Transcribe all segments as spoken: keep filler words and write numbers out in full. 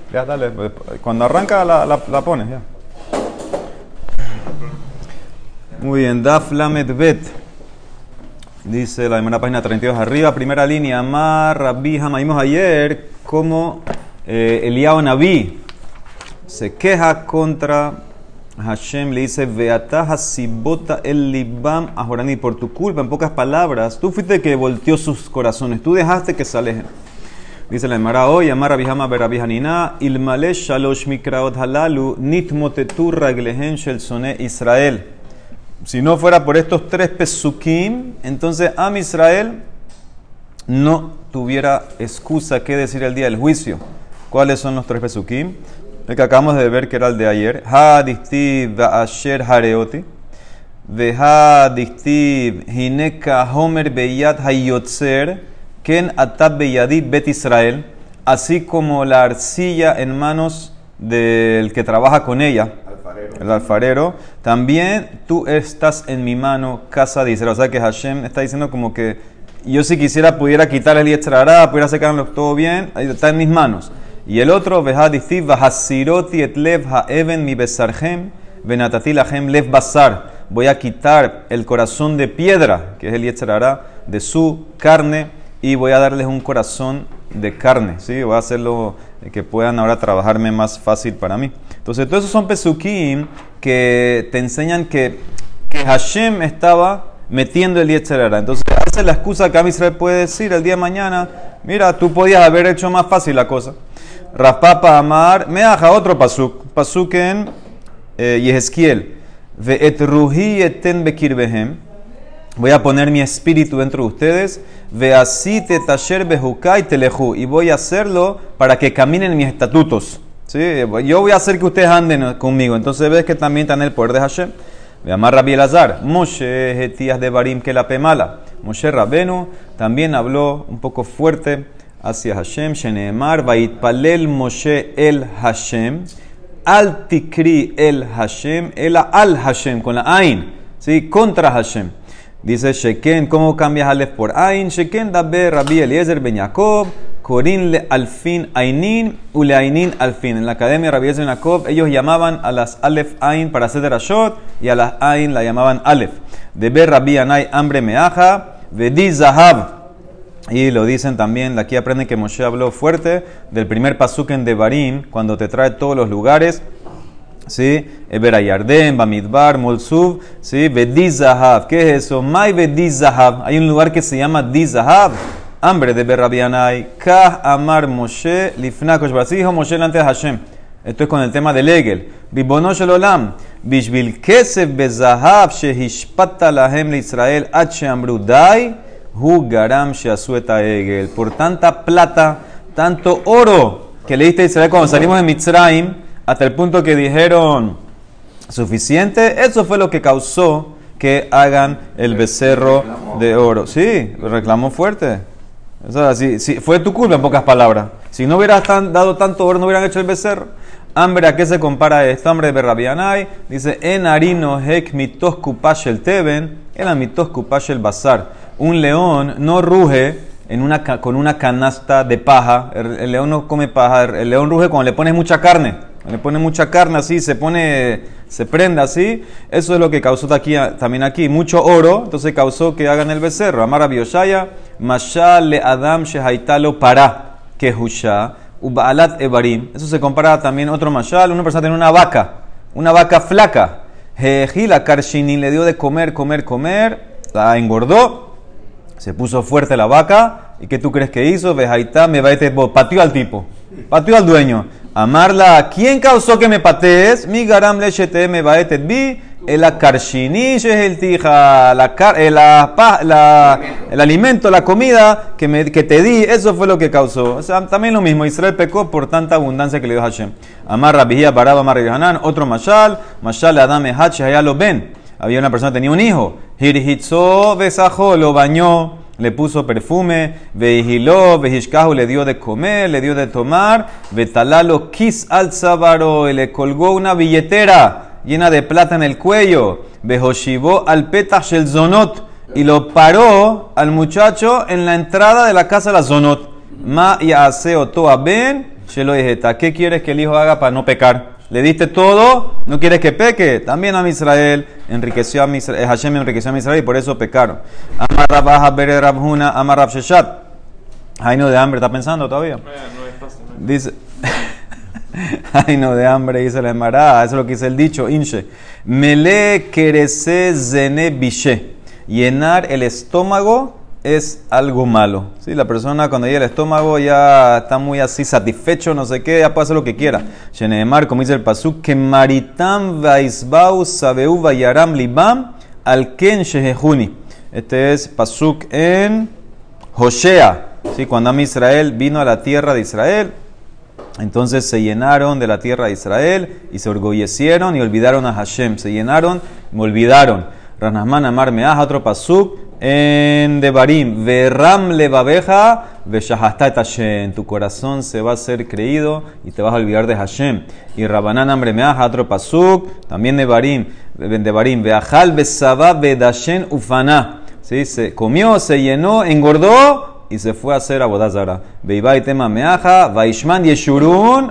Ya, dale. Cuando arranca la, la, la pones, ya. Muy bien, Daf Lamed Bet. Dice la primera página treinta y dos arriba, primera línea. Amar Rabbi Hama. Vimos ayer cómo eh, Eliyahu Naví se queja contra Hashem. Le dice: Veatah hasibota el libam ahorani. Por tu culpa, en pocas palabras, tú fuiste el que volteó sus corazones. Tú dejaste que se alejen. Dice la Gemara hoy, Amar Rabbi Hama ber Rabbi Hanina, Ilmale shalosh mikraot halalu, nitmotetu raglehen shel sone Israel. Si no fuera por estos tres pesukim, entonces Am Israel no tuviera excusa que decir el día del juicio. ¿Cuáles son los tres pesukim? El que acabamos de ver, que era el de ayer. Ha dichtiv va'asher hareoti, veha dichtiv hineka homer beyat hayotzer, ken atab beyadi bet Israel, así como la arcilla en manos del que trabaja con ella, alfarero. El alfarero, también tú estás en mi mano, casa de Israel. O sea que Hashem está diciendo como que yo si quisiera pudiera quitar el Yetzer Hara, pudiera sacarlo todo bien, está en mis manos. Y el otro, veha dichtiv vahasiroti et lev haeven mi besarhem venatati lachem lev basar. Voy a quitar el corazón de piedra, que es el Yetzer Hara, de su carne, y voy a darles un corazón de carne, ¿sí? Voy a hacerlo que puedan ahora trabajarme más fácil para mí. Entonces, todos esos son pesukim que te enseñan que, que Hashem estaba metiendo el Yetzer Hara. Entonces, esa es la excusa que Am Israel puede decir el día de mañana. Mira, tú podías haber hecho más fácil la cosa. Raspapa Amar, me deja otro pasuk, pasuk en eh, Yehezkiel. Ve'et ruhi eten bekirbehem. Voy a poner mi espíritu dentro de ustedes. Ve así te tasher bejukai teleju. Y voy a hacerlo para que caminen mis estatutos. ¿Sí? Yo voy a hacer que ustedes anden conmigo. Entonces ves que también está en el poder de Hashem. Ve amar Rabbi Elazar. Moshe hetías de barim que la pemala. Moshe Rabenu también habló un poco fuerte hacia Hashem. Sheneemar vaitpalel Moshe el Hashem. Al tikri el Hashem. Ela al Hashem. Con la ain. ¿Sí? Contra Hashem. Dice Sheken, ¿cómo cambias Aleph por Ain? Sheken dabe Rabbi Eliezer ben Yaakov, Korin le alfin Ainin, ule Ainin alfin. En la academia de Rabbi Eliezer ben Yaakov, ellos llamaban a las Aleph Ain para hacer Derashot, y a las Ain la llamaban Aleph. Debe Rabbi Anai hambre meaja, vedi Zahab. Y lo dicen también, aquí aprenden que Moshe habló fuerte del primer pasuk en Devarim, cuando te trae todos los lugares. ¿Sí? Ebera Yarden, Bamidbar, Molsuv, ¿sí? Vedi Zahav. ¿Qué es eso? Mai Vedi Zahav. Hay un lugar que se llama Di Zahav. Hambre de Berrabianai. Kah Amar Moshe, Lifnakosh Basijo, Moshe delante de Hashem. Esto es con el tema del Egel. Ribono Shel Olam. Bishvil Kesef Bezahav, Shehishpata Lahem le Israel, H. Amrudai, Hu Garam Sheasueta Egel. Por tanta plata, tanto oro que le diste a Israel cuando salimos de Mitzrayim, hasta el punto que dijeron suficiente, eso fue lo que causó que hagan el becerro de oro. Sí, reclamó fuerte. O sea, sí, sí, fue tu culpa en pocas palabras. Si no hubieras tan, dado tanto oro, no hubieran hecho el becerro. Hambre, ¿a qué se compara esto? Hambre de Berrabianai. Dice, en harino hek mitos kupash el teben, en mitos kupash el bazar. Un león no ruge en una, con una canasta de paja. El, el león no come paja. El león ruge cuando le pones mucha carne. Le pone mucha carne así, se pone, se prende así. Eso es lo que causó aquí, también aquí. Mucho oro, entonces causó que hagan el becerro. Amar Rabbi Yoshaya, Mashal le Adam shehaitalo para kehusha ubaalat ebarim. Eso se compara también otro mashal. Una persona tiene una vaca, una vaca flaca. Jejila karshini le dio de comer, comer, comer. La engordó, se puso fuerte la vaca. ¿Y qué tú crees que hizo? Vejaitá me va a pateó al tipo, pateó al dueño. Amarla, ¿quién causó que me patees? Mi garam lechete me baetet bi, el akarshini el tija, la, la, la, el alimento, la comida que, me, que te di, eso fue lo que causó. O sea, también lo mismo, Israel pecó por tanta abundancia que le dio Hashem. Amar Rabihia Baraba Amar Hanan, otro mashal, mashal Adam Ehache Hayalo Ben. Había una persona que tenía un hijo, Hirhitzo besajó, lo bañó, le puso perfume, vehiló, vehishkahu, le dio de comer, le dio de tomar, vetalalo kis al tzavaro, y le colgó una billetera llena de plata en el cuello, vehoshivo al petach shel zonot, y lo paró al muchacho en la entrada de la casa de la zonot. Ma ya'ase oto aben, Shelo Yeheta. ¿Qué quieres que el hijo haga para no pecar? Le diste todo, no quieres que peque. También a Israel enriqueció a Israel, Hashem enriqueció a Israel y por eso pecaron. Amar Rabaja Bere Rabhuna, Amar Rab Sheshat. Ay, no de hambre, ¿está pensando todavía? No, no es fácil. No. Dice, ay, no de hambre, dice la Emara. Eso es lo que dice el dicho, Inche. Mele kerese zene bishe. Llenar el estómago es algo malo. ¿Sí? La persona cuando llega el estómago ya está muy así satisfecho, no sé qué, ya puede hacer lo que quiera. Sheneemar, como dice el pasuk, que maritam vaisbau sabeu vayaram libam al ken shehejuni. Este es pasuk en Hosea. ¿Sí? Cuando Am Israel vino a la tierra de Israel, entonces se llenaron de la tierra de Israel y se orgullecieron y olvidaron a Hashem. Se llenaron y me olvidaron. Ranasman Amar Meah, otro pasuk en Devarim, Verram levabeja, veshahastat Hashem. Tu corazón se va a ser creído y te vas a olvidar de Hashem. Y Rabanan Amre Meah, otro pasuk, también Devarim, Devarim, Veachal besaba vedashen ufana. ¿Sí? Se comió, se llenó, engordó y se fue a hacer Avodah Zara. Veibai tema meaja, vaishman yeshurun,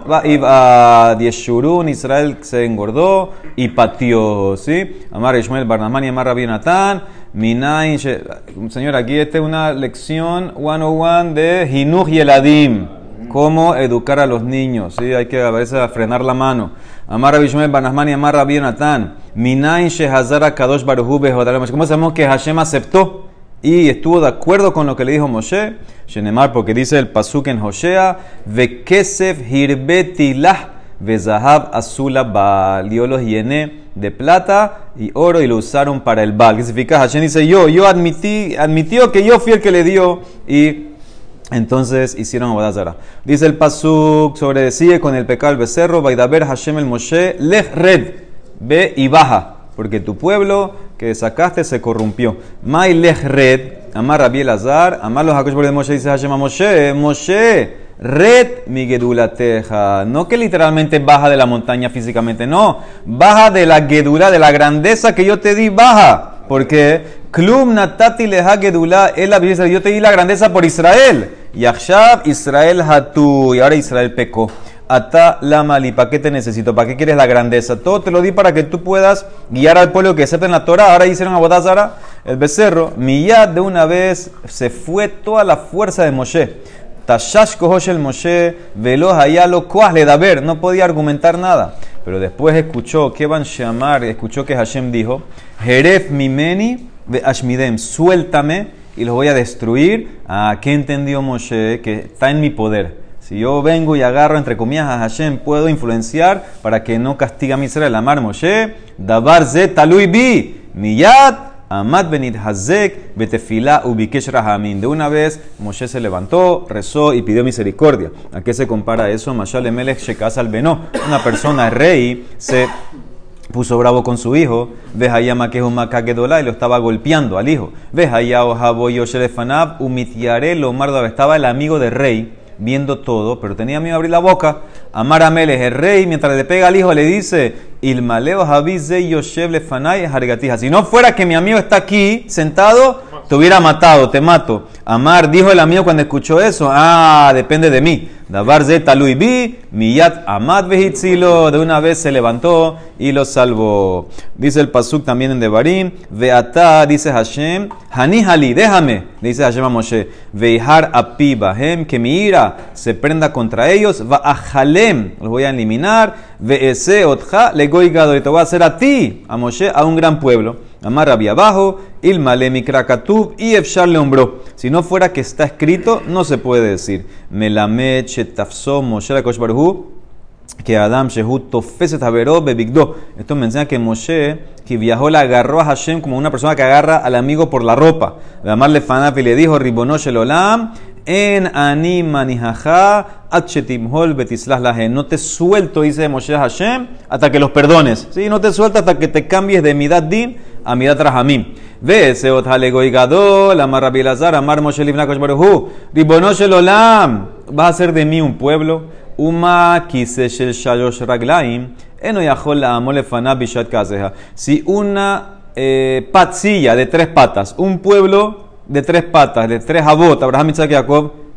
va yeshurun, Israel se engordó y pateó, ¿sí? Amar Ishmael Barnamán y Amar Rabbi Natán, Minain, señor, aquí esta es una lección ciento uno de Hinuch Yeladim, cómo educar a los niños, ¿sí? Hay que a veces frenar la mano. Amar Rabbi Ishmael Barnamán y Amar Rabbi Natán, Minain Shehazara Kadosh Baruch Hu Behodar. ¿Cómo sabemos que Hashem aceptó y estuvo de acuerdo con lo que le dijo Moshe? Shenemar, porque dice el pasuk en Hosea, Vekesef hirbetilah vezahab azula bal. Yo los llené de plata y oro y lo usaron para el bal. ¿Qué significa? Hashem dice, yo, yo admití, admitió que yo fui el que le dio y entonces hicieron Avodah Zara. Dice el pasuk sobre, sigue con el pecado del becerro, Vaidaber Hashem el Moshe, lech red, ve y baja, porque tu pueblo que sacaste se corrompió. Mai lech red, amar Rabbi Elazar, amar los Hakosh de Moshe, dice Hashem a Moshe, Moshe, red mi gedulateja. No que literalmente baja de la montaña físicamente, no. Baja de la gedula, de la grandeza que yo te di, baja. Porque klum natati leha gedula, es la belleza, yo te di la grandeza por Israel. Yachshav Israel hatu, y ahora Israel pecó. Ata la mali, ¿para qué te necesito? ¿Para qué quieres la grandeza? Todo te lo di para que tú puedas guiar al pueblo que acepta en la Torah. Ahora hicieron Avodah Zara, el becerro. Miyad de una vez se fue toda la fuerza de Moshe. Tashash kohosh el Moshe, velo hayalo koah le daber. No podía argumentar nada. Pero después escuchó, que van llamar, escuchó que Hashem dijo, Jeref mimeni ve ashmidem, suéltame y los voy a destruir. Ah, ¿qué entendió Moshe? Que está en mi poder. Si yo vengo y agarro, entre comillas, a Hashem, puedo influenciar para que no castigue a Israel. Amar Moshe, Dabar ze talui bi, miyad, amad benit hazek, betefila ubikesh rahamin. De una vez, Moshe se levantó, rezó y pidió misericordia. ¿A qué se compara eso? Mashal emelech shekaz al beno. Una persona, rey, se puso bravo con su hijo, Vejayama que es un macaquedolá y lo estaba golpeando al hijo. Vejayao jabo yosherefanab, umitiare lo mardo. Estaba el amigo del rey viendo todo, pero tenía miedo de abrir la boca. Amar Ameles, el rey, mientras le pega al hijo, le dice, Ilmaleo Javize Yoshev Lefanay Hargatija. Si no fuera que mi amigo está aquí, sentado, te hubiera matado, te mato. Amar, dijo el amigo cuando escuchó eso, ah, depende de mí. Dabar ze talui bi, miyat amad vehitzilo, de una vez se levantó y lo salvó. Dice el pasuk también en Devarim, veata, dice Hashem, hani hali, déjame, dice Hashem a Moshe, veihar api bahem, que mi ira se prenda contra ellos, va a jalem, los voy a eliminar, veese otja, le goigado, y te voy a hacer a ti, a Moshe, a un gran pueblo. Amar Rabbi abajo, ilmale mikrakatub y efshar le hombró. Si no fuera que está escrito, no se puede decir. Melamed shetafso Moshe la kosh baruhu, que Adam shehu tofeset haveró bebigdo. Esto me enseña que Moshe, que viajó, la agarró a Hashem como una persona que agarra al amigo por la ropa. De amarle fanaf y le dijo, ribono shel olam, en ani manijaja, atchetimhol betislas laje. No te suelto, dice Moshe a Hashem, hasta que los perdones. Sí, no te suelto hasta que te cambies de midat din a midat rahamim. Ve ese otalego y gadol, amar Rabbi Elazar, amar Moshe livna kosh baruhu, ribono shel olam, vas a hacer de mí un pueblo, uma kise shel shalosh raglaim, eno yachol la amole fana bishat kazeha. Si una eh, patzilla de tres patas, un pueblo de tres patas, de tres abot, Abraham, Isaac y Jacob,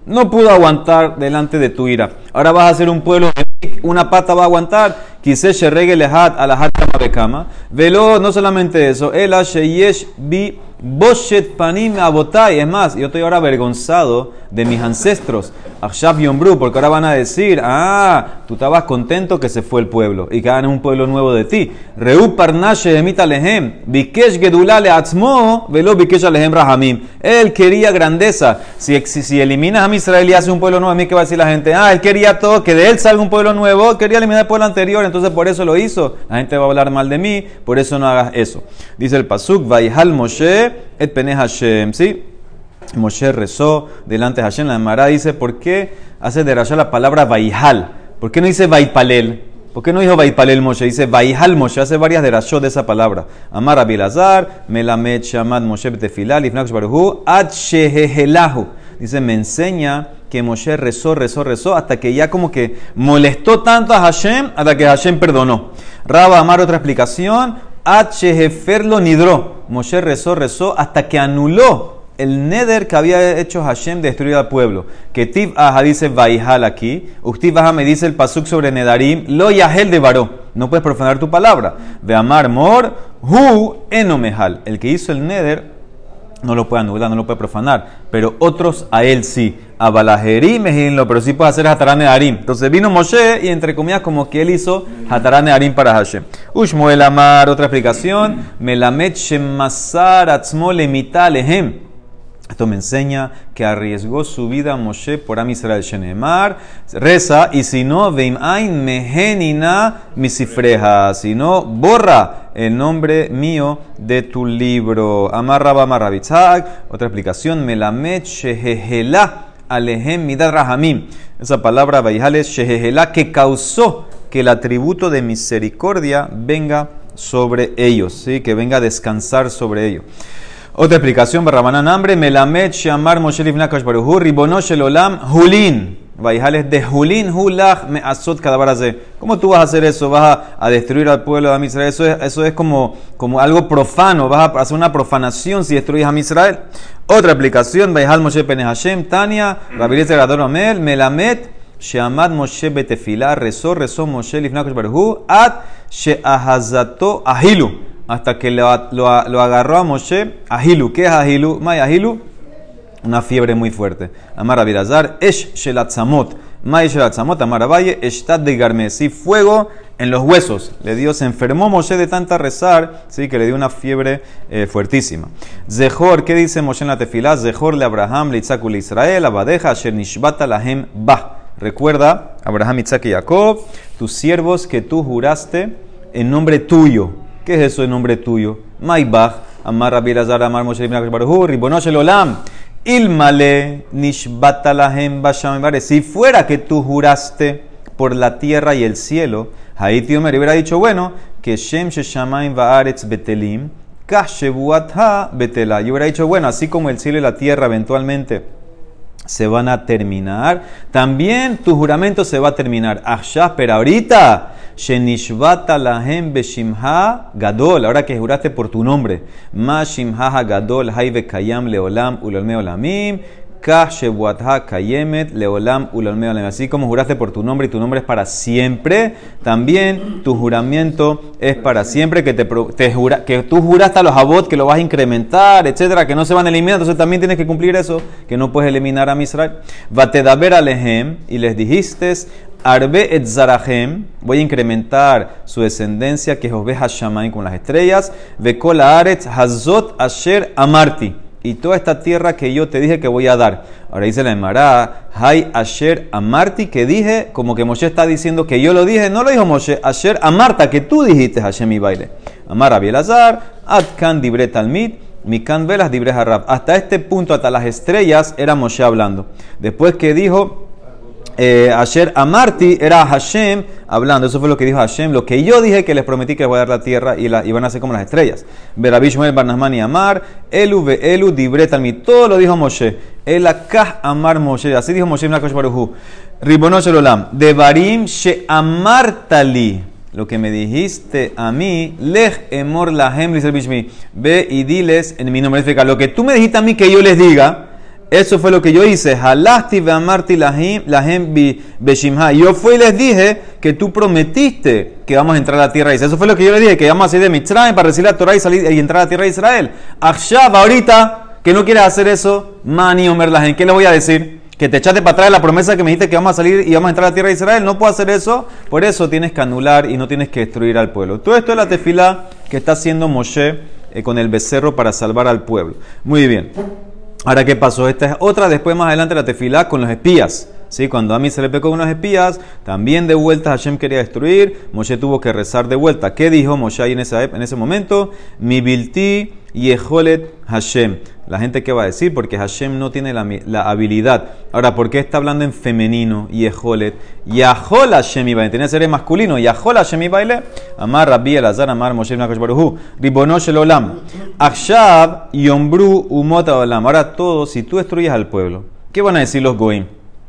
no pudo aguantar delante de tu ira. Ahora vas a ser un pueblo, una pata va a aguantar. Quise sheregue lehat a la hatama bekama. Velo, no solamente eso, el sheyesh bi boshet panim abotai. Es más, yo estoy ahora avergonzado de mis ancestros. Achshav yombru, porque ahora van a decir, ah, tú estabas contento que se fue el pueblo y que hagan un pueblo nuevo de ti. Reu parnashe emita lehem, bikesh gedula leatzmo, velo bikesh alehem rahamim. Él quería grandeza. Si, si, si eliminas a mi Israel y haces un pueblo nuevo, a mí que va a decir la gente, ah, él quería todo, que de él salga un pueblo nuevo, quería eliminar el pueblo anterior, entonces por eso lo hizo. La gente va a hablar mal de mí, por eso no hagas eso. Dice el pasuk, vaihal Moshe et peneh Hashem, ¿sí? Moshe rezó delante de Hashem. La Gemara dice, ¿por qué hace de Rasha la palabra vaihal? ¿Por qué no dice vaipalel? ¿Por qué no dijo vaipalel Moshe? Dice vaihal Moshe, hace varias de Rashot de esa palabra. Amar Rabbi Elazar, melamed shamad Moshe betefilal, ifnak baruhu, ad shehehelahu. Dice, me enseña que Moshe rezó, rezó, rezó, hasta que ya como que molestó tanto a Hashem, hasta que Hashem perdonó. Rabba Amar, otra explicación, ad sheheferlo nidro. Moshe rezó, rezó, hasta que anuló el neder que había hecho Hashem de destruir al pueblo. Que Tiv Aha dice vaihal aquí, Uktiv Aha me dice el pasuk sobre nedarim, lo yahel de varó. No puedes profanar tu palabra. De amar mor, hu enomehal. El que hizo el neder no lo puede anular, no lo puede profanar, pero otros a él sí. A Balajerim, pero sí puede hacer Hatarán Nedarim. Entonces vino Moshe y entre comillas como que él hizo Hatarán Nedarim para Hashem. Ushmoel Amar, otra explicación. Melamet Shemasar Atzmo Lemita Lehem. Esto me enseña que arriesgó su vida Moshe por Am Israel Shenemar. Reza, y si no, Veim Ain Mehenina Misifreja. Si no, borra el nombre mío de tu libro. Amar Rabba Amar Rabitzak. Otra explicación. Melamet Shehehelah Alehem Midad Rahamim. Esa palabra Vaihal es Shehehelah, que causó que el atributo de misericordia venga sobre ellos. ¿Sí? Que venga a descansar sobre ellos. Otra explicación, Barrabanan Hambre, Melamed Shamar Moshe Livnakash Baruhu, Ribono Shel Olam, Hulin. Vaihales de Hulin, Hulach, me azot kadabaraze. ¿Cómo tú vas a hacer eso? ¿Vas a, a destruir al pueblo de Israel? Eso es, eso es como, como algo profano. Vas a hacer una profanación si destruyes a Israel. Otra explicación, Vaihal Moshe Peneh Hashem, Tania, Rabbi Gadol Amel, Melamed Sheamad Moshe Betefila, rezó, rezó Moshe Livnakash Baruhu, At Sheahazato Ahilu. Hasta que lo, lo, lo agarró a Moshe, Ahilu. ¿Qué es Ahilu? May Ahilu, una fiebre muy fuerte. Amar Rabbi Elazar, Esh Shelatzamot. May Shelatzamot, Amar Abaye, Eshtad de Garmesí, fuego en los huesos. Le dio, se enfermó Moshe de tanta rezar, sí, que le dio una fiebre eh, fuertísima. Zehor, ¿qué dice Moshe en la tefilá? Zehor le Abraham, le Isaac, le Israel, Abadeja, Asher Nishbata lahem ba. Recuerda, Abraham, Isaac y Jacob, tus siervos que tú juraste en nombre tuyo. ¿Qué es eso en nombre tuyo? Maibach, Amar Rabbi Elazar, Amar Moshe Livnakash Baruhu, Ribono Shel Olam, Ilmale Nishbata lahem basham. Si fuera que tú juraste por la tierra y el cielo, Haiti Omer hubiera dicho, bueno, que Shem Sheshamayim Vaaretz Betelim, Kashebuatha Betela. Yo hubiera dicho, bueno, así como el cielo y la tierra eventualmente se van a terminar, también tu juramento se va a terminar. Achshav, pero ahorita, Shenishvata lahem beshimha gadol, ahora que juraste por tu nombre, ma shimha gadol hayve kayam leolam ulolme olamim, ka shebuatha kayemet leolam ulolme olamim. Así como juraste por tu nombre y tu nombre es para siempre, también tu juramento es para siempre, que te, te jura, que tú juraste a los abot que lo vas a incrementar, etcétera, que no se van a eliminar, entonces también tienes que cumplir eso, que no puedes eliminar a Israel. Vatedaber alehem, y les dijiste, Arbe et Zarahem, voy a incrementar su descendencia, que es Josbe Hashamayim con las estrellas, Vekol Haaretz Hazot Asher Amarti, y toda esta tierra que yo te dije que voy a dar. Ahora dice la Emara, Hay Asher Amarti, que dije, como que Moshe está diciendo que yo lo dije, no lo dijo Moshe, Asher Amarta, que tú dijiste, Hashem y baile. Amar Rabbi Elazar, Adkan Dibre Talmid, Mikan Velas Dibre Harab. Hasta este punto, hasta las estrellas, era Moshe hablando. Después que dijo, Eh, Asher Amarti, era Hashem hablando. Eso fue lo que dijo Hashem, lo que yo dije que les prometí que les voy a dar la tierra y, la, y van a ser como las estrellas. Berabí Shmuel Bar Nachman y Amar, Elu ve Elu Dibre Talmid. Todo lo dijo Moshe. El Akah Amar Moshe. Así dijo Moshe Nakash Baruhu. Ribono Shel Olam. Devarim she amartali. Lo que me dijiste a mí, lech emor lahem lisel bishmi. Ve y diles en mi nombre. Lo que tú me dijiste a mí que yo les diga, eso fue lo que yo hice. Halasti ve'amarti lahem lahem beshimha. Yo fui y les dije que tú prometiste que vamos a entrar a la tierra de Israel. Eso fue lo que yo les dije, que vamos a salir de Mitzrayim para recibir la Torah y, salir, y entrar a la tierra de Israel. Achshav, ahorita que no quieres hacer eso, mani omer lahem. ¿Qué les voy a decir? Que te echaste para atrás la promesa que me dijiste que vamos a salir y vamos a entrar a la tierra de Israel. No puedo hacer eso. Por eso tienes que anular y no tienes que destruir al pueblo. Todo esto es la tefilá que está haciendo Moshe eh, con el becerro para salvar al pueblo. Muy bien. Ahora, ¿qué pasó? Esta es otra, después más adelante la tefilá con los espías. ¿Sí? Cuando a mí se le pegó unos espías, también de vuelta Hashem quería destruir, Moshe tuvo que rezar de vuelta. ¿Qué dijo Moshe ahí en, esa, en ese momento? Mi bilti yeholet Hashem. La gente qué va a decir, porque Hashem no tiene la, la habilidad. Ahora, ¿por qué está hablando en femenino? Yeholet. Yahol Hashem ibaile. Tiene que ser en masculino. Yahol Hashem ibaile. Amar Rabbi Elazar, Amar Moshe Ibn Akash Baruj Hu. Ribono shel olam. Akshav yombru umot olam. Ahora todos, si tú destruyes al pueblo, ¿qué van a decir los goim?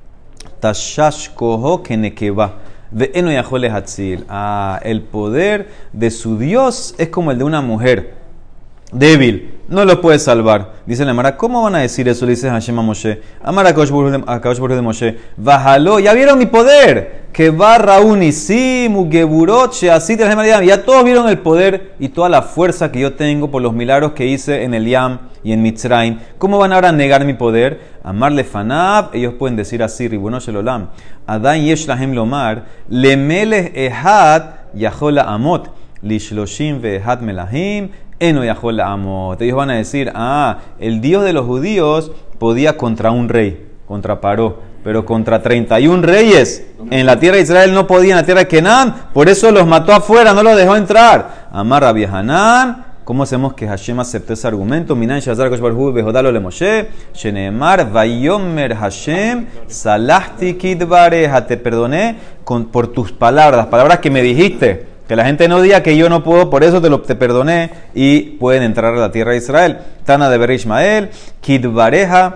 Tashash koho kenekeva. De eno yahol hatzil. Ah, el poder de su Dios es como el de una mujer débil, no lo puede salvar. Dice la Mara, ¿cómo van a decir eso? Le dice Hashem a Moshe. Amar a Kadosh Baruj de Moshe. Bájalo, ya vieron mi poder. Que barra unisim, ugeburot, así te la ya todos vieron el poder y toda la fuerza que yo tengo por los milagros que hice en el Yam y en Mitzrayim. ¿Cómo van ahora a negar mi poder? Amar lefanab, ellos pueden decir así, Ribono shel olam. Adan yesh lahem lomar, lemelech ehad yahola amot, lishloshim ve'ehad melahim. Eno yahol amot. Ellos van a decir, ah, el Dios de los judíos podía contra un rey, contra Paró, pero contra treinta y un reyes en la tierra de Israel no podía, en la tierra de Canaán, por eso los mató afuera, no los dejó entrar. Amar Rabbi Hanan, ¿cómo hacemos que Hashem aceptó ese argumento? Minan shazar kosh barhu behodalo le Moshe, sheneemar vayomer Hashem, salahti kidvareja, te perdoné con, por tus palabras, las palabras que me dijiste. Que la gente no diga que yo no puedo, por eso te lo te perdoné y pueden entrar a la tierra de Israel. Tana de Ber Ishmael, Kidvareja,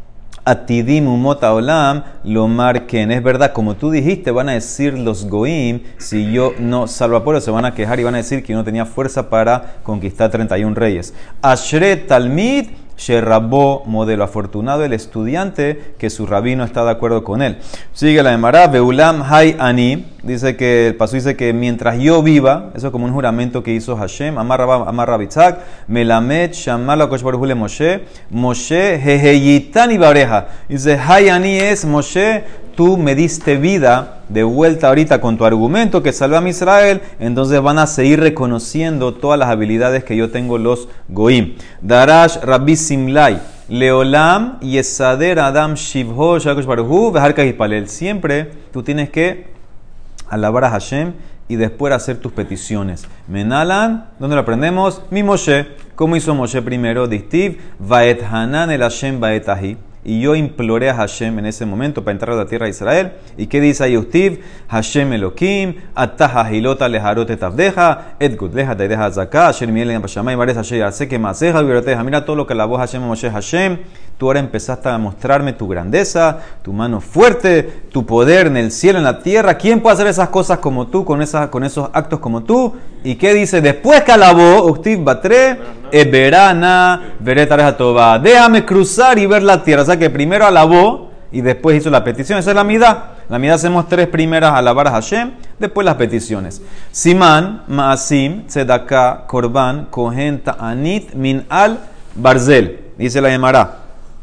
Atidim umot haolam, lo marquen. Es verdad, como tú dijiste, van a decir los goim, si yo no salvo al pueblo, se van a quejar y van a decir que yo no tenía fuerza para conquistar treinta y un reyes. Ashre Talmid, Sherrabó, modelo afortunado el estudiante que su rabino está de acuerdo con él. Sigue la Emara, Beulam Hay Ani, dice que el paso dice que mientras yo viva, eso es como un juramento que hizo Hashem, Amar Rabitzak, Melamed, Shamala Kosh Baruj le Moshe, Moshe, Jejeyitan y Bareja. Dice, Hay Ani es Moshe, tú me diste vida de vuelta ahorita con tu argumento que salva a Israel, entonces van a seguir reconociendo todas las habilidades que yo tengo los goim. Darash Rabbi Simlai, Leolam Yesader Adam Shivho Shakosh Baruhu Beharka Hispalel. Siempre tú tienes que alabar a Hashem y después hacer tus peticiones. Menalan, ¿dónde lo aprendemos? Mi Moshe. ¿Cómo hizo Moshe primero? Distiv Vaet Hanan el Hashem Vaet Ahi. Y yo imploré a Hashem en ese momento para entrar a la tierra de Israel. ¿Y qué dice ahí Ustiv? Hashem Elohim, Ataha Hilota Leharot Etavdeja, Et Gudleja Taideja Zaka, Asher Mielen Pashamay, Mares Hashem Yarseke Maseja, Viroteja. Mira todo lo que alabó Hashem Moshe Hashem. Tú ahora empezaste a mostrarme tu grandeza, tu mano fuerte, tu poder en el cielo, en la tierra. ¿Quién puede hacer esas cosas como tú, con, esas, con esos actos como tú? ¿Y qué dice? Después que alabó, Ustiv Batre, Eberana, Veretareja Toba. Déjame cruzar y ver la tierra. O sea que primero alabó y después hizo la petición. Esa es la midá. La midá hacemos tres primeras alabar a Hashem, después las peticiones. Simán, Maasim, Tzedakah, Korban, Kohen, Ta'anit, Min al Barzel. Dice la Gemara.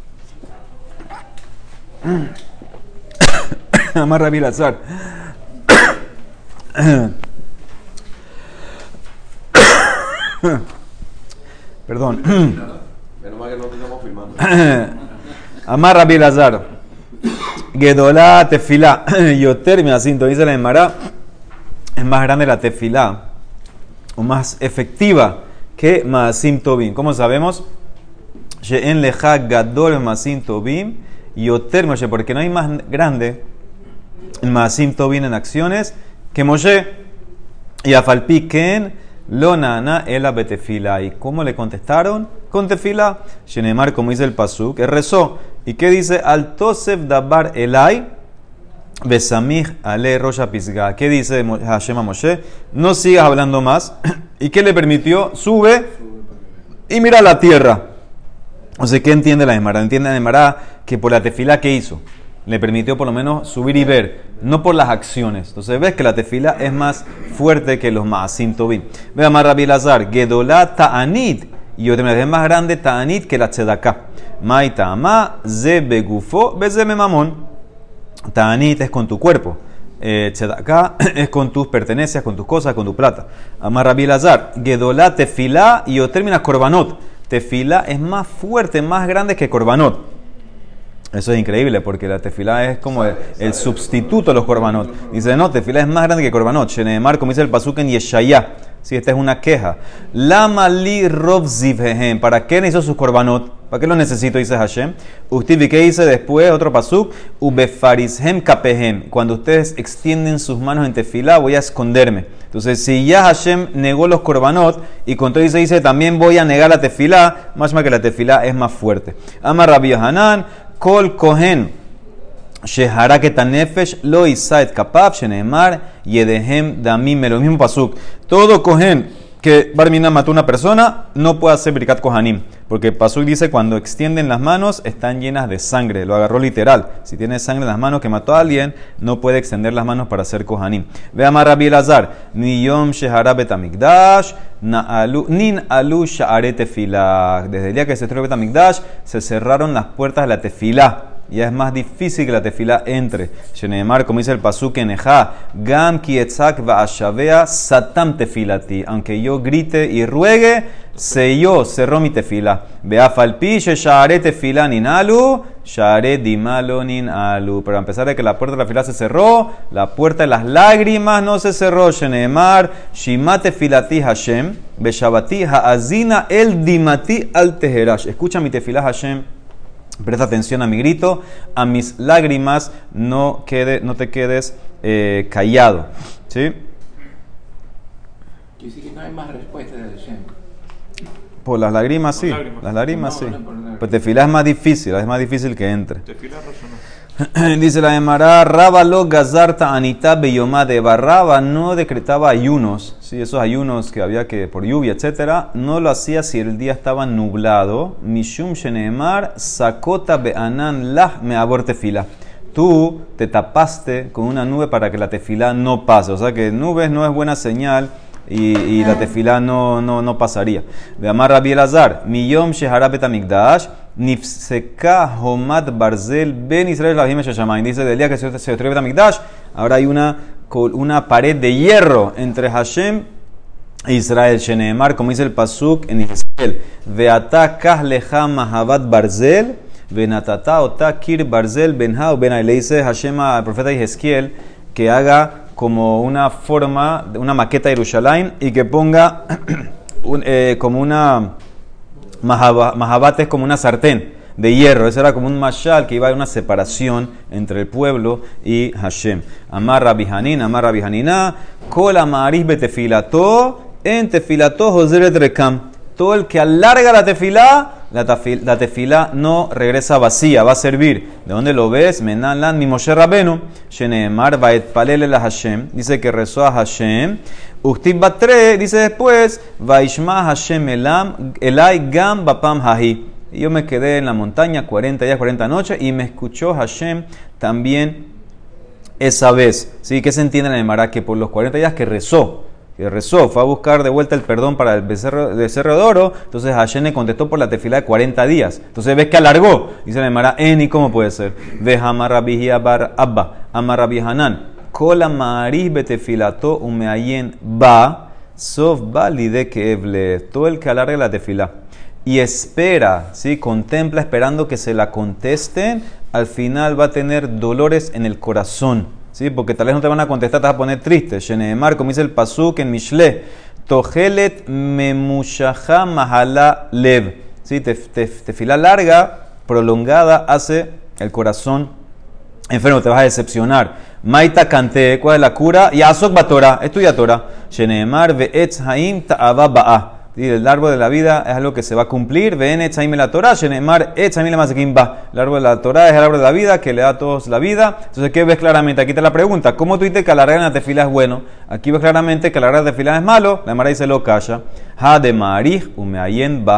Amar Rabbi Elazar. Perdón. Menos mal que no estamos filmando. Amar Rabbi Elazar. Gedolá tefilá. Yoter mi asinto. Dice la Gemara. Es más grande la tefilá, o más efectiva que Maasim Tobim. ¿Cómo sabemos? She'en leja gadol Maasim Tobim. Yoter Moshe, porque no hay más grande el Maasim Tobim en acciones que Moshe. Y afalpi ken lo nana ela betefila. ¿Y cómo le contestaron? Con tefila. Shenemar, como dice el pasuk, que rezó. ¿Y qué dice? Al tosef dabar elai besamich ale rosha pisga. ¿Qué dice Hashem a Moshe? No sigas hablando más. ¿Y qué le permitió? Sube y mira la tierra. O sea, ¿qué entiende la Gemara? Entiende la Gemara que por la tefila que hizo. Le permitió por lo menos subir y ver, no por las acciones. Entonces ves que la tefila es más fuerte que los ma'asim tovim. Ve a Rabbi Elazar, Gedolá ta'anit, y yo te me es más grande ta'anit que la tzedaká. Mai ta'amá, ze begufo, be ze memamón. Ta'anit es con tu cuerpo. Eh, tzedaká es con tus pertenencias, con tus cosas, con tu plata. Amar Rabbi Elazar, Gedolá tefilá, y yo termina korbanot. Tefilá es más fuerte, más grande que korbanot. Eso es increíble porque la tefilá es como el, el sustituto de los korbanot. Dice, no, tefilá es más grande que korbanot. Sheneemar, como dice el pasuk en Yeshayá. Sí, esta es una queja. Lama li rov zivhehem. ¿Para qué hizo sus korbanot? ¿Para qué lo necesito? Dice Hashem. Usted, ¿qué dice después? Otro pasuk. Ubefarishem kapehem. Cuando ustedes extienden sus manos en tefilá, voy a esconderme. Entonces, si ya Hashem negó los korbanot y con todo dice, dice, también voy a negar la tefilá, más más que la tefilá es más fuerte. Ama Rabbi Hanan. Kol kohen shehara ketanefesh lo isaet kapab sheneemar yedehem damim. Lo mismo pasuk. Todo kohen que barmina mató a una persona no puede hacer brikat kohanim, porque pasuk dice cuando extienden las manos están llenas de sangre. Lo agarró literal. Si tiene sangre en las manos que mató a alguien, no puede extender las manos para hacer kohanim. Ve a Rabbi Elazar, niyom shehara betamikdash nin alu sha'are tefilá. Desde el día que se destruyó Betamikdash se cerraron las puertas de la tefilá. Ya es más difícil que la tefilá entre. Sheneemar, como dice el pasuk en Ejá, Gam ki etzak va'ashavea satam tefilati. Aunque yo grite y ruegue, selló, cerró mi tefilá. Beafalpi sha'are tefilá nin alu, sha'are dimalo nin alu. Pero a pesar de que la puerta de la tefilá se cerró, la puerta de las lágrimas no se cerró. Sheneemar, shima tefilati Hashem, beshabati ha'azina el dimati al teherash. Escucha mi tefilá Hashem. Presta atención a mi grito, a mis lágrimas, no, quede, no te quedes eh, callado. ¿Sí? Quiere decir que no hay más respuesta de Hashem. Por las lágrimas, sí. Lágrimas. Las lágrimas, no, sí. No, pues tefilá es más difícil, es más difícil que entre. Tefilá razonó. Dice la Emara, Rábalo Gazarta Anita Beyomá de Barraba no decretaba ayunos, ¿sí? Esos ayunos que había que por lluvia, etcétera, no lo hacía si el día estaba nublado. Mishum Sheneemar Sakota Beanan Lah me abor tefila. Tú te tapaste con una nube para que la tefilá no pase. O sea que nubes no es buena señal y, y la tefilá no, no, no pasaría. De Amar Rabbi Elazar, Miyom Shehara Betamikdash. Nifseka Homad Barzel Ben Israel Lavim Shashamayim. Dice del día que se destruyó Betamikdash, ahora hay una, una pared de hierro entre Hashem e Israel. Sheneemar, como dice el pasuk en Ezequiel, Veata Kahleja Mahabat Barzel, Venatata Ota Kir Barzel Benha Benay. Le dice Hashem al profeta Ezequiel que haga como una forma, una maqueta de Jerusalén y que ponga un, eh, como una Mahabat es como una sartén de hierro. Eso era como un mashal que iba a una separación entre el pueblo y Hashem. Amar Rabbi Hanin, Amar Rabbi Hanina, Kol amaris betefilato, en tefilato joseret rekam. Todo el que alarga la tefilá, la, tafil, la tefilá no regresa vacía, va a servir. ¿De dónde lo ves? Menan lan mi Moshe Rabenu, Sheneemar vaet palele la Hashem. Dice que rezó a Hashem. Uktib batre, dice después, Vaishma Hashem elam, elai gam bapam hahi. Yo me quedé en la montaña cuarenta días, cuarenta noches y me escuchó Hashem también esa vez. ¿Sí? ¿Qué se entiende en el Emara? Que por los cuarenta días que rezó, que rezó, fue a buscar de vuelta el perdón para el becerro, becerro de oro, entonces Hashem le contestó por la tefilá de cuarenta días. Entonces ves que alargó. Dice el Emara, ¿en y cómo puede ser? Ve Amar Rabbi Bar Abba, Amar Rabbi Hanan. Kola Ma'arih betefilato umeayen ba sof ba lide keevle. Todo el que alargue la tefilá y espera, ¿sí? Contempla esperando que se la contesten, al final va a tener dolores en el corazón, ¿sí? Porque tal vez no te van a contestar, te vas a poner triste. Sheneemar, como dice el pasuk en Mishle, tohelet memushaha mahala lev, ¿sí? Tefilá larga, prolongada, hace el corazón enfermo, te vas a decepcionar. Maita cante, ¿cuál es la cura? Yasok batora, estudia Torah. Sheneemar ve'etz haim ta'ava ba'a. El árbol de la vida es algo que se va a cumplir. Ve'en etz haim la Torah. Sheneemar etz haim le masekim ba. El árbol de la Torah es el árbol de la vida que le da a todos la vida. Entonces, ¿qué ves claramente? Aquí te la pregunta. ¿Cómo tú dices que alargar en la tefila es bueno? Aquí ves claramente que alargar en la tefila es malo. La Mara dice lo calla. Ha de marij umeayen ba.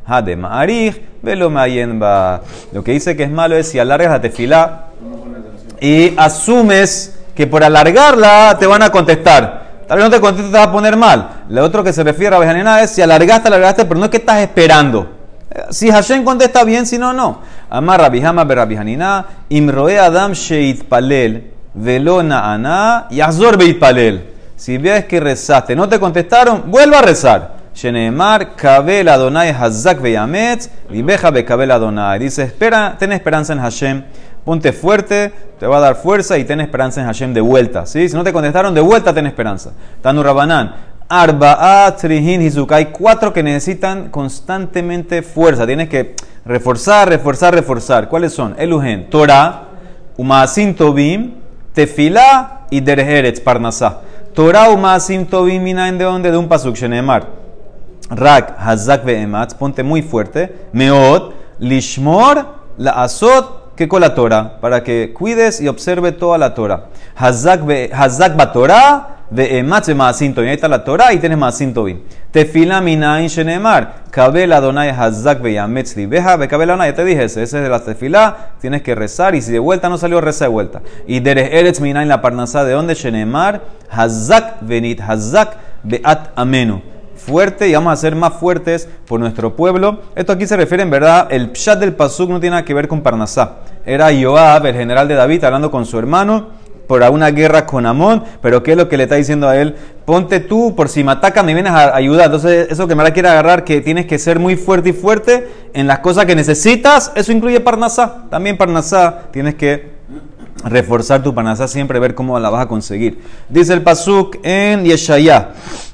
Hade ma'arich, velo ma'ayen ba. Lo que dice que es malo es si alargas la tefilá y asumes que por alargarla te van a contestar. Tal vez no te conteste, te va a poner mal. Lo otro que se refiere a Bejanina es si alargaste, alargaste, pero no es que estás esperando. Si Hashem contesta bien, si no, no. Amar Rabbi Hama be Rabbi Hanina, imroe adam sheitpalel velo na'ana yahzor beitpalel. Si ves que rezaste, no te contestaron, vuelva a rezar. Sheneemar kabel Adonai hazak veyametz libeja bekabel Adonai. Dice, espera, ten esperanza en Hashem. Ponte fuerte, te va a dar fuerza y ten esperanza en Hashem de vuelta. ¿Sí? Si no te contestaron, de vuelta ten esperanza. Tanu Rabanán, Arba'a Trihin Hizuk. Hay cuatro que necesitan constantemente fuerza. Tienes que reforzar, reforzar, reforzar. ¿Cuáles son? Eluhen, Torah, Umaasim Tovim, Tefilá y Derech Eretz, Parnasá. Torah, Umaasim Tovim, ¿vienen de dónde? De un pasuk, Shenemar. Rak, Hazak ve'ematz, ponte muy fuerte. Meod, Lishmor, la Asot, que con la Torah, para que cuides y observe toda la Torah. Hazak ba Torah, ve'ematz ve'maasim tovim. Ahí está la Torah y tienes maasim tovim. Tefila minayin shenemar, kabel Adonai hazak ve'yametz libeja, ve'kabel Adonai. Ya te dije ese, ese es de la tefila, tienes que rezar y si de vuelta no salió, reza de vuelta. Y derech eretz minayin la parnasá, ¿de dónde? Shenemar, hazak venit, hazak be'at amenu. Fuerte y vamos a ser más fuertes por nuestro pueblo. Esto aquí se refiere en verdad, el pshat del pasuk no tiene nada que ver con Parnasá. Era Joab, el general de David, hablando con su hermano por una guerra con Amón, pero ¿qué es lo que le está diciendo a él? Ponte tú, por si me atacan me vienes a ayudar. Entonces eso que me quiere agarrar, que tienes que ser muy fuerte y fuerte en las cosas que necesitas, eso incluye Parnasá. También Parnasá, tienes que reforzar tu Parnasá siempre, ver cómo la vas a conseguir. Dice el pasuk en Yeshaya.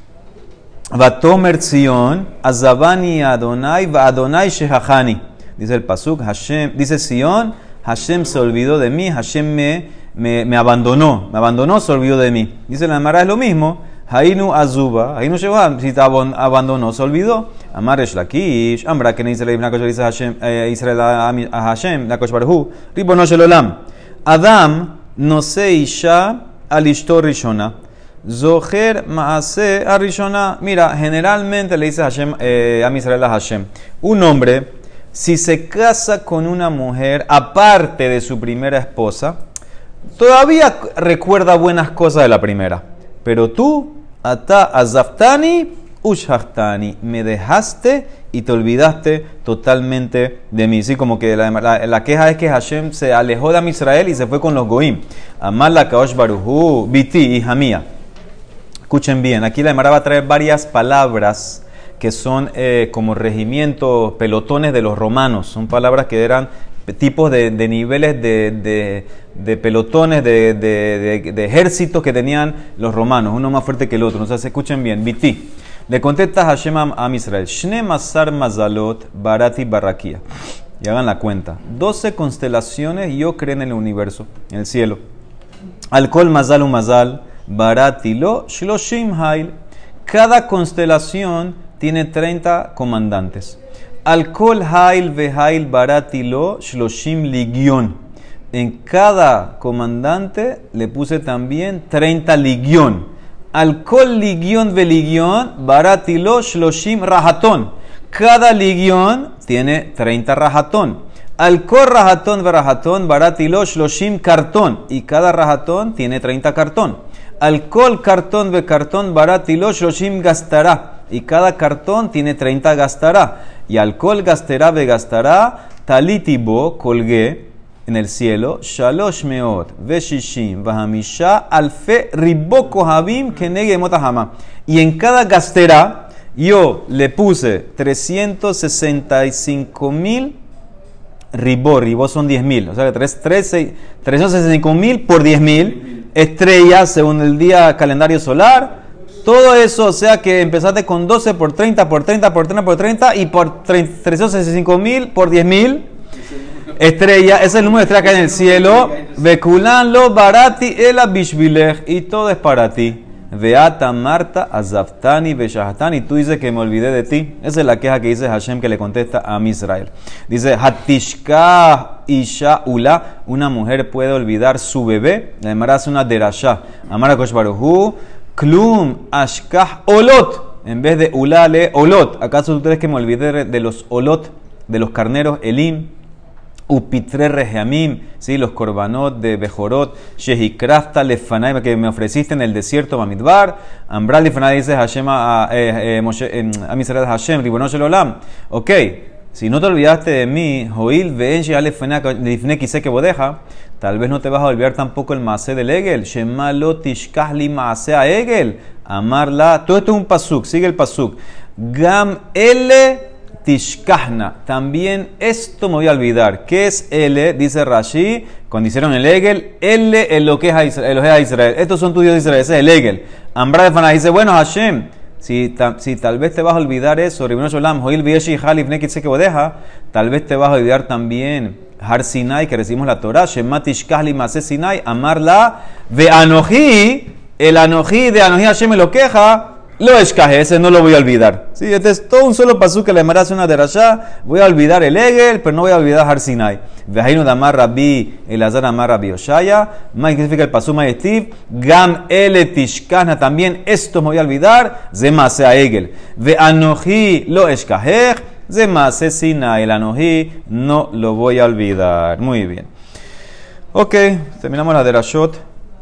Vatomer Zion, Azabani Adonai, va Adonai Shehachani. Dice el pasuk, Hashem, dice Zion, Hashem se olvidó de mí, Hashem me, me, me abandonó, me abandonó, se olvidó de mí. Dice la Gemara, es lo mismo, Hainu Azuba, Hainu Sheva, si te abandonó, se olvidó. Amar Resh Lakish, Amra, que no dice la Ibn dice Hashem, eh, Israel a, a Hashem, la Kosh Baruhu, Ribono Shel Olam. Adam, no se isha al ishtor rishona. Zoher Maase Arishona. Mira, generalmente le dice Hashem, eh, a Israel a Hashem, un hombre, si se casa con una mujer aparte de su primera esposa, todavía recuerda buenas cosas de la primera. Pero tú, Ata Azaftani Ushachtani, me dejaste y te olvidaste totalmente de mí. Sí, como que la, la, la queja es que Hashem se alejó de Israel y se fue con los Goim. Amar la Kaosh Baruhu, Biti, hija mía. Escuchen bien, aquí la Gemara va a traer varias palabras que son eh, como regimientos, pelotones de los romanos. Son palabras que eran tipos de, de niveles de, de, de pelotones, de, de, de, de ejércitos que tenían los romanos, uno más fuerte que el otro. Entonces, escuchen bien, Biti. Le contesta Hashem a Israel, Shne Masar Mazalot Barati Barrakia. Y hagan la cuenta. doce constelaciones yo creo en el universo, en el cielo. Alkol Mazal u Mazal. Baratilo Shloshim Hail. Cada constelación tiene treinta comandantes. Alkol Hail Vehail Baratilo Shloshim Ligion. En cada comandante le puse también treinta ligión. Alkol Ligion Veligion Baratilo Shloshim Rahatón. Cada ligión tiene treinta rahatón. Alkol Rahatón Verahatón Baratilo Shloshim Cartón. Y cada rahatón tiene treinta cartón. Alcohol, cartón, be cartón, baratilo, shoshim gastará. Y cada cartón tiene treinta gastará. Y alcohol gastará, be gastará, talitibo, colgué en el cielo, shalosh meot, ve shishim, vahamisha, alfe, ribo, kohabim, kenege, motahama. Y en cada gastará, yo le puse trescientos sesenta y cinco mil ribó, ribó son diez mil. O sea, trescientos sesenta y cinco mil por diez mil. Estrellas según el día calendario solar, todo eso, o sea que empezaste con doce por treinta por treinta por treinta por treinta y por trescientos sesenta y cinco mil por diez mil estrellas, ese es el número de estrellas que hay en el cielo. Bekulan lo barati ela bishvilech, y todo es para ti. Veata Marta Azaftani Beshahatani, tú dices que me olvidé de ti. Esa es la queja que dice Hashem, que le contesta a Israel. Dice Hatishka Isha Ula, una mujer puede olvidar su bebé. La Gemara hace una derashá. Amara Kosh Baruhu Klum Ashkah Olot en vez de ulale, olot. ¿Acaso tú crees que me olvidé de los olot, de los carneros, elim? Upitre regeamim, ¿sí? Los korbanot de Bejorot, Shehikrafta lefanai, que me ofreciste en el desierto Bamidbar, Ambral lefanai dice Hashem a Amisrael Hashem, Ribono Shel Olam. Ok, si no te olvidaste de mí, Joil ve'en she'al lifnei kiseh kebodeja, tal vez no te vas a olvidar tampoco el maaseh del Egel, Shema lo tishkach li maaseh a Egel, amarla, todo esto es un pasuk, sigue el pasuk, Gam ele Tishkahna, también esto me voy a olvidar. ¿Qué es L? Dice Rashi, cuando hicieron el Egel, L es lo que es a Israel, a Israel. Estos son tus dioses de Israel, ese es el Egel. Ambra de Fana dice, bueno, Hashem, si, ta, si tal vez te vas a olvidar eso, Ribono Shel Olam, Hoil Vieshi Halif Nekitse Kebodeja, tal vez te vas a olvidar también Har Sinai, que recibimos la Torah, Shema Tishkahli Maseh Sinai, amarla, Ve Anoji, el Anoji de Anoji Hashem me lo queja. Lo escaje, ese no lo voy a olvidar. Sí, este es todo un solo pasú que le hace una derashá. Voy a olvidar el Egel, pero no voy a olvidar Har Sinai. Vejaino de Amar Rabbi, Elazar Amar Rabbi Oshaya. ¿Qué significa el pasú Maestiv? Gam ele tishkana, también esto me voy a olvidar. Zemase a Egel. Ve anoji lo escaje. Zemase Sinai. El anoji no lo voy a olvidar. Muy bien. Ok, terminamos la derashot.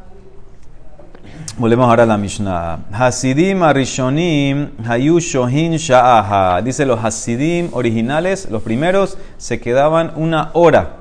Volvemos ahora a la Mishnah. Hasidim arishonim hayu shohin sha'aha. Dice los Hasidim originales, los primeros, se quedaban una hora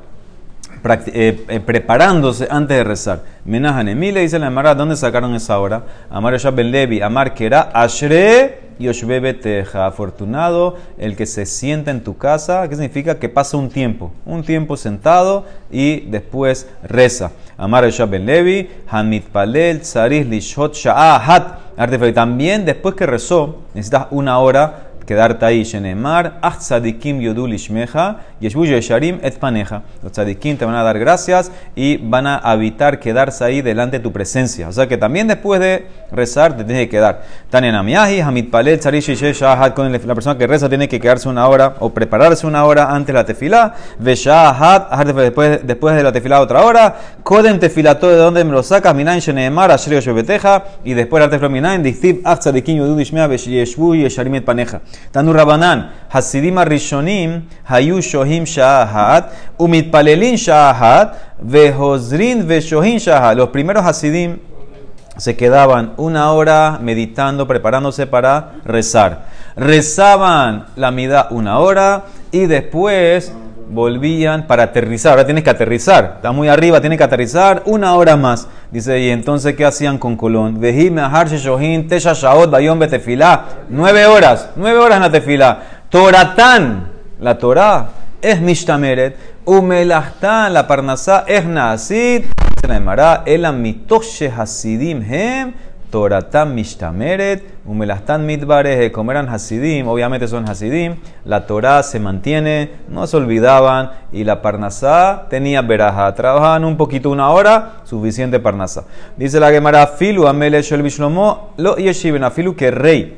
eh, eh, preparándose antes de rezar. Menahan Emile dice la Emara, ¿dónde sacaron esa hora? Amar Yoshab ben Levi, Amar Kera, Ashre Yoshbe beteja. Afortunado el que se sienta en tu casa. ¿Qué significa? Que pasa un tiempo, un tiempo sentado y después reza. Amar Yoshab ben Levi, Hamit Palel, Tzarich Lishot Sha'ahat. También después que rezó, necesitas una hora quedarte ahí. Shenemar, Ach Tzadikim Yodu Lishmeja, Yeshbu Yesharim Et Paneja. Los tzadikim te van a dar gracias y van a evitar quedarse ahí delante de tu presencia. O sea que también después de rezar te tienes que quedar. Tania Namiahi, Hamit Palel, Tzarich Shahat, con la persona que reza tiene que quedarse una hora o prepararse una hora antes de la tefilá. Veshahat, después, después de la tefilá otra hora. Kodem tefilá, todo de donde me lo sacas. Minain Shenemar, Ashre Yoshebeteja. Y después de la tefilá Minain, Dichtib, Ach Tzadikim Yodu Lishmeja, Yeshbu Yesharim Et Paneja. Tanu Rabanan, Hasidim Arishonim, Hayu Shohim Sha'ahat, Umitpalelin Sha'ahat, Vehozrin Veshohin Sha'ahat. Los primeros Hasidim se quedaban una hora meditando, preparándose para rezar. Rezaban la midá una hora y después volvían para aterrizar. Ahora tienes que aterrizar. Está muy arriba, tienes que aterrizar una hora más. Dice, y entonces, ¿qué hacían con Colón? Vehim ahar sheshohin tesha shaot bayom betefilá. Nueve horas, nueve horas en la tefilá. Toratán, la Torah, es mishtameret. Umelachtan, la parnasá, es naasit. Se la llamará, elam mitoshe hasidim hem. Toratán mishtameret, umelastán mitbareje, como eran hasidim, obviamente son hasidim, la Torah se mantiene, no se olvidaban, y la parnasá tenía veraja, trabajaban un poquito, una hora, suficiente parnasá. Dice la Gemara, filu amele shel bishlomo, lo yeshiven, afilu que rey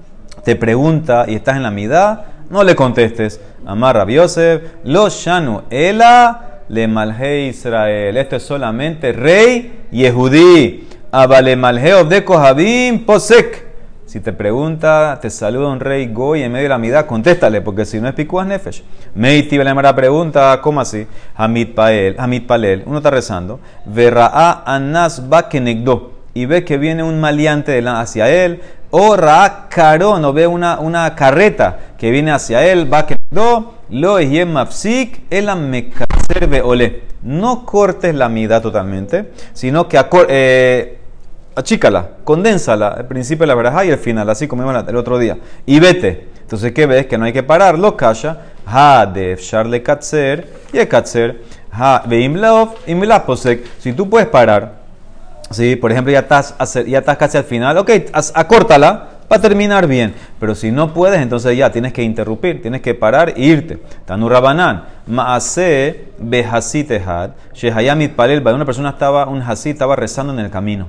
te pregunta y estás en la midá, no le contestes. Amar Rabbi Yosef, lo shanu ela le malhe Israel, esto es solamente rey yehudí. Abale malheo de Kohabim posek. Si te pregunta, te saluda un rey goy en medio de la midá, contéstale, porque si no es pikuas nefesh. Meiti la pregunta, ¿cómo así? Hamid Pael, Hamid Palel, uno está rezando. Verra'a anas ba kenegdo, y ve que viene un maleante hacia él. O ra'a karón, o ve una, una carreta que viene hacia él, ba kenegdo, lo yem mafsik, elam mekatzer ve'ole. No cortes la midá totalmente, sino que acor eh, achícala, condénsala, el principio de la verajá y el final, así como vimos el otro día. Y vete. Entonces, ¿qué ves? Que no hay que parar. Lo kasha, ha de charle katzer, y el katzer, ha ve imlaov, imlav posek. Si tú puedes parar, ¿sí? Por ejemplo, ya estás, ya estás casi al final, ok, acórtala para terminar bien. Pero si no puedes, entonces ya tienes que interrumpir, tienes que parar e irte. Tanu Rabanán, Maase behasit ehad, shehayamit palel, una persona estaba, un hasit estaba rezando en el camino.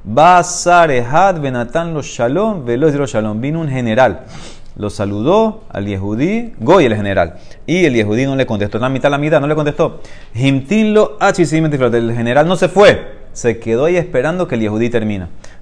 Basar ehad benatan los shalom, veloz de los shalom. Vino un general, lo saludó al Yehudí, Goy el general, y el Yehudí no le contestó. En la mitad, la mitad, no le contestó. Himtin lo achisim, el general no se fue. Se quedó ahí esperando que el Yehudí termina.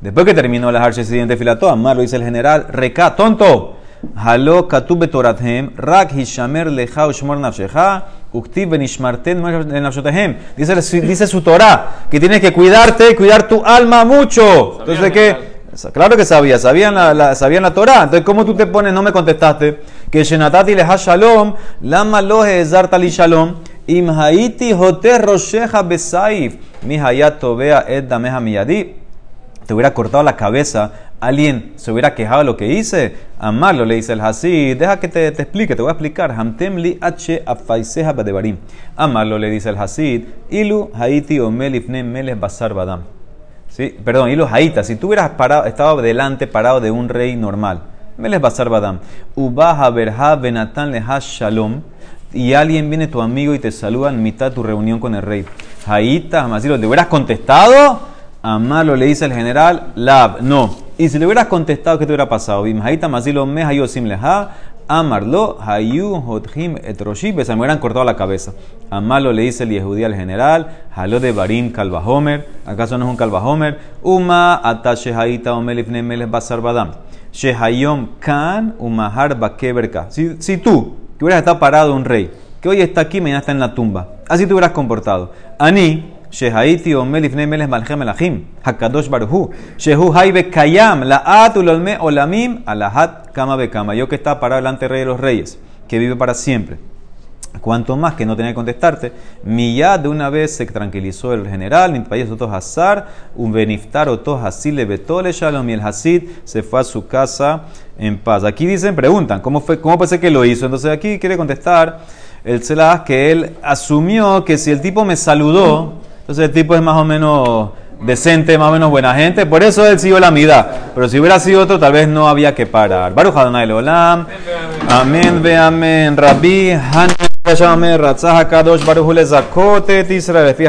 Después que terminó la Harche siguiente filató, Amar lo dice el general, Reca, tonto. Halo katub betorathem, rak hishamer lecha ushmor nafshecha, uktib benishmarten nafshotehem. Dice, dice su Torah que tienes que cuidarte, cuidar tu alma mucho. Entonces, ¿qué? Claro que sabía, sabían la, la, sabían la Torah. Entonces, ¿cómo tú te pones? No me contestaste. Que shenatati leha shalom, lama lo hezartali shalom, im haiti hoter rosheja besaif, mi hayat tovea ed dameja miyadi. Te hubiera cortado la cabeza, alguien se hubiera quejado de lo que hice. Amarlo, le dice el Hasid, deja que te, te explique, te voy a explicar. Hamtem li h afaiseja badebarim. Amarlo, le dice el Hasid, ilu haiti omel ifne meles basar badam. ¿Sí? Perdón, ilu haita, si tú hubieras parado, estado delante parado de un rey normal, meles basar badam. Ubaha berha benatan leha shalom. Y alguien viene tu amigo y te saluda en mitad de tu reunión con el rey. Haita, Masilo, ¿le hubieras contestado? Amarlo, le dice el general, Lab, no. Y si le hubieras contestado, ¿qué te hubiera pasado? Bimhaita Masilo me hayo sim leha, Amarlo, hayu hotjim etroshib, se me hubieran cortado la cabeza. Amarlo, le dice el Yehudí al general, Halo de Barim Kalvahomer, ¿acaso no es un Kalvahomer? Uma atache haita omelifne meles basar badam. Shehayom kan umahar bakeberka. Si, si tú, que hubieras estado parado un rey, que hoy está aquí, mañana está en la tumba, así te hubieras comportado. Ani, Shehaiti omel ifnei meles malchem elahim, hakadosh baruhu, shehu hay bekayam, la atulolme olamim, alahat kama bekama. Yo que estaba parado delante del rey de los reyes, que vive para siempre. Cuanto más que no tenía que contestarte, Miyad de una vez se tranquilizó el general, Mintpayes otro Hazar, un beniftar otro Hasid le betole shalom, y el Hasid se fue a su casa en paz. Aquí dicen, preguntan, ¿cómo fue, cómo puede ser que lo hizo? Entonces aquí quiere contestar el Tzelah que él asumió que si el tipo me saludó, entonces el tipo es más o menos decente, más o menos buena gente, por eso él siguió la midá. Pero si hubiera sido otro, tal vez no había que parar. Baruch Adonai Leolam. Amén, ve amén. Rabbi Hanan, Ratzah Hakadosh Baruch Hu Lezakotet Israel.